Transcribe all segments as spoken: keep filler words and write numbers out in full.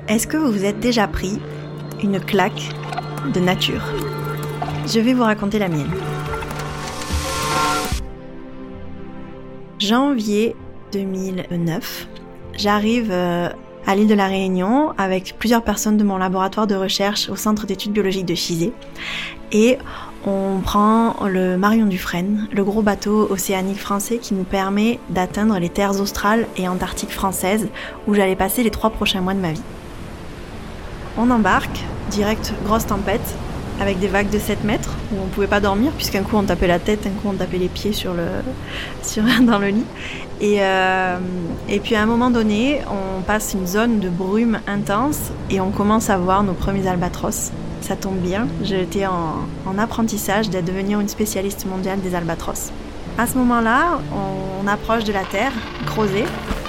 Est-ce que vous vous êtes déjà pris une claque de nature ? Je vais vous raconter la mienne. Janvier deux mille neuf, j'arrive à l'île de la Réunion avec plusieurs personnes de mon laboratoire de recherche au Centre d'études biologiques de Chizé. Et on prend le Marion Dufresne, le gros bateau océanique français qui nous permet d'atteindre les terres australes et antarctiques françaises où j'allais passer les trois prochains mois de ma vie. On embarque, direct grosse tempête, avec des vagues de sept mètres, où on ne pouvait pas dormir, puisqu'un coup on tapait la tête, un coup on tapait les pieds sur le, sur, dans le lit. Et, euh, et puis à un moment donné, on passe une zone de brume intense, et on commence à voir nos premiers albatros. Ça tombe bien, j'étais en, en apprentissage de devenir une spécialiste mondiale des albatros. À ce moment-là, on, on approche de la terre, creusée,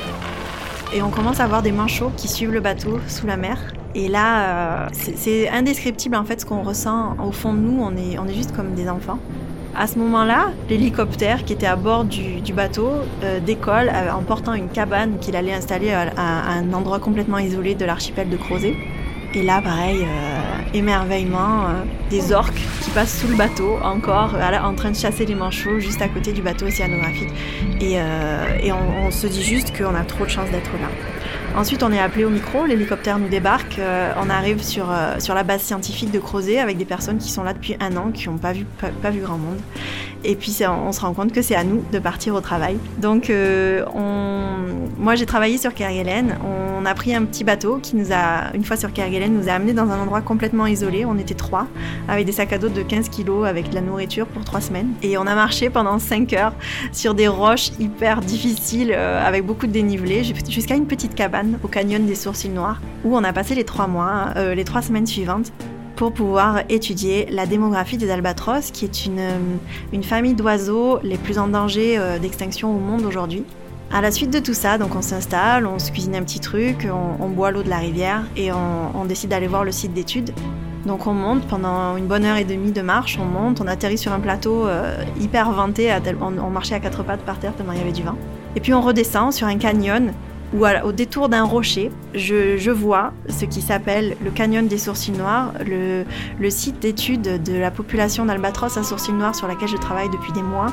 et on commence à voir des manchots qui suivent le bateau sous la mer. Et là, euh, c'est, c'est indescriptible en fait ce qu'on ressent. Au fond de nous, on est, on est juste comme des enfants. À ce moment-là, l'hélicoptère qui était à bord du, du bateau euh, décolle euh, en portant une cabane qu'il allait installer à, à, à un endroit complètement isolé de l'archipel de Crozet. Et là, pareil, euh, émerveillement, euh, des orques qui passent sous le bateau, encore euh, en train de chasser les manchots juste à côté du bateau océanographique. Et, euh, et on, on se dit juste qu'on a trop de chance d'être là. Ensuite, on est appelé au micro, l'hélicoptère nous débarque, euh, on arrive sur, euh, sur la base scientifique de Crozet avec des personnes qui sont là depuis un an, qui n'ont pas vu, pas, pas vu grand monde. Et puis, c'est, on se rend compte que c'est à nous de partir au travail. Donc, euh, on... moi, j'ai travaillé sur Kerguelen. On a pris un petit bateau qui nous a, une fois sur Kerguelen, nous a amenés dans un endroit complètement isolé. On était trois, avec des sacs à dos de quinze kilos, avec de la nourriture pour trois semaines. Et on a marché pendant cinq heures sur des roches hyper difficiles, euh, avec beaucoup de dénivelé, jusqu'à une petite cabane au canyon des Sourcils Noirs, où on a passé les trois mois, euh, les trois semaines suivantes, pour pouvoir étudier la démographie des albatros, qui est une, une famille d'oiseaux les plus en danger euh, d'extinction au monde aujourd'hui. À la suite de tout ça, donc on s'installe, on se cuisine un petit truc, on, on boit l'eau de la rivière et on, on décide d'aller voir le site d'études. Donc on monte pendant une bonne heure et demie de marche, on monte, on atterrit sur un plateau euh, hyper venté, à tel, on, on marchait à quatre pattes par terre tellement il y avait du vent. Et puis on redescend sur un canyon où au détour d'un rocher, je, je vois ce qui s'appelle le canyon des Sourcils Noirs, le, le site d'étude de la population d'albatros à sourcils noirs sur laquelle je travaille depuis des mois.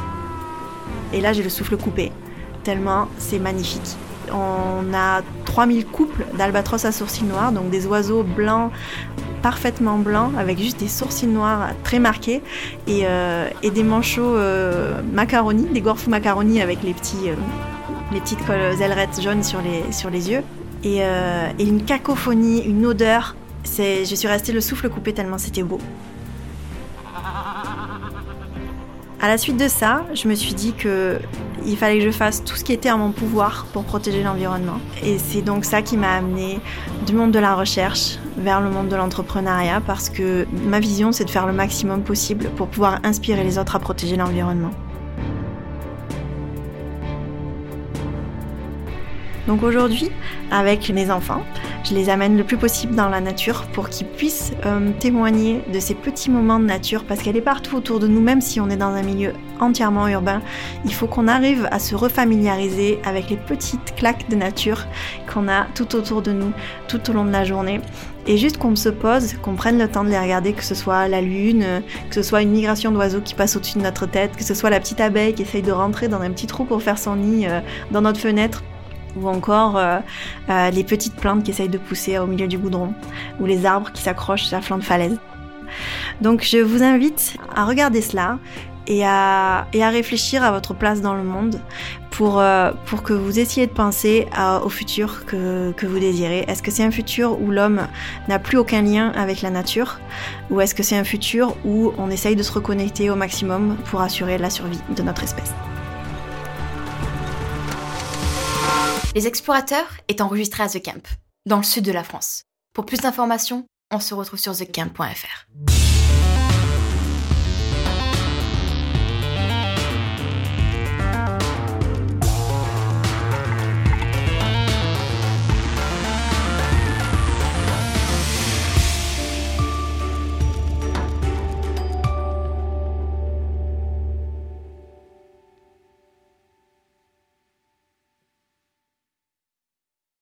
Et là, j'ai le souffle coupé, tellement c'est magnifique. On a trois mille couples d'albatros à sourcils noirs, donc des oiseaux blancs, parfaitement blancs, avec juste des sourcils noirs très marqués, et, euh, et des manchots euh, macaroni, des gorfous macaroni avec les petits... Euh, les petites ailerettes jaunes sur les, sur les yeux, et, euh, et une cacophonie, une odeur. C'est, je suis restée le souffle coupé tellement c'était beau. À la suite de ça, je me suis dit qu'il fallait que je fasse tout ce qui était en mon pouvoir pour protéger l'environnement. Et c'est donc ça qui m'a amenée du monde de la recherche vers le monde de l'entrepreneuriat, parce que ma vision, c'est de faire le maximum possible pour pouvoir inspirer les autres à protéger l'environnement. Donc aujourd'hui, avec mes enfants, je les amène le plus possible dans la nature pour qu'ils puissent euh, témoigner de ces petits moments de nature, parce qu'elle est partout autour de nous, même si on est dans un milieu entièrement urbain. Il faut qu'on arrive à se refamiliariser avec les petites claques de nature qu'on a tout autour de nous, tout au long de la journée. Et juste qu'on se pose, qu'on prenne le temps de les regarder, que ce soit la lune, que ce soit une migration d'oiseaux qui passe au-dessus de notre tête, que ce soit la petite abeille qui essaye de rentrer dans un petit trou pour faire son nid euh, dans notre fenêtre, ou encore euh, euh, les petites plantes qui essayent de pousser au milieu du goudron, ou les arbres qui s'accrochent sur la flanc de falaise. Donc je vous invite à regarder cela et à, et à réfléchir à votre place dans le monde pour, euh, pour que vous essayiez de penser à, au futur que, que vous désirez. Est-ce que c'est un futur où l'homme n'a plus aucun lien avec la nature, ou est-ce que c'est un futur où on essaye de se reconnecter au maximum pour assurer la survie de notre espèce ? Les Explorateurs est enregistré à The Camp, dans le sud de la France. Pour plus d'informations, on se retrouve sur the camp point f r.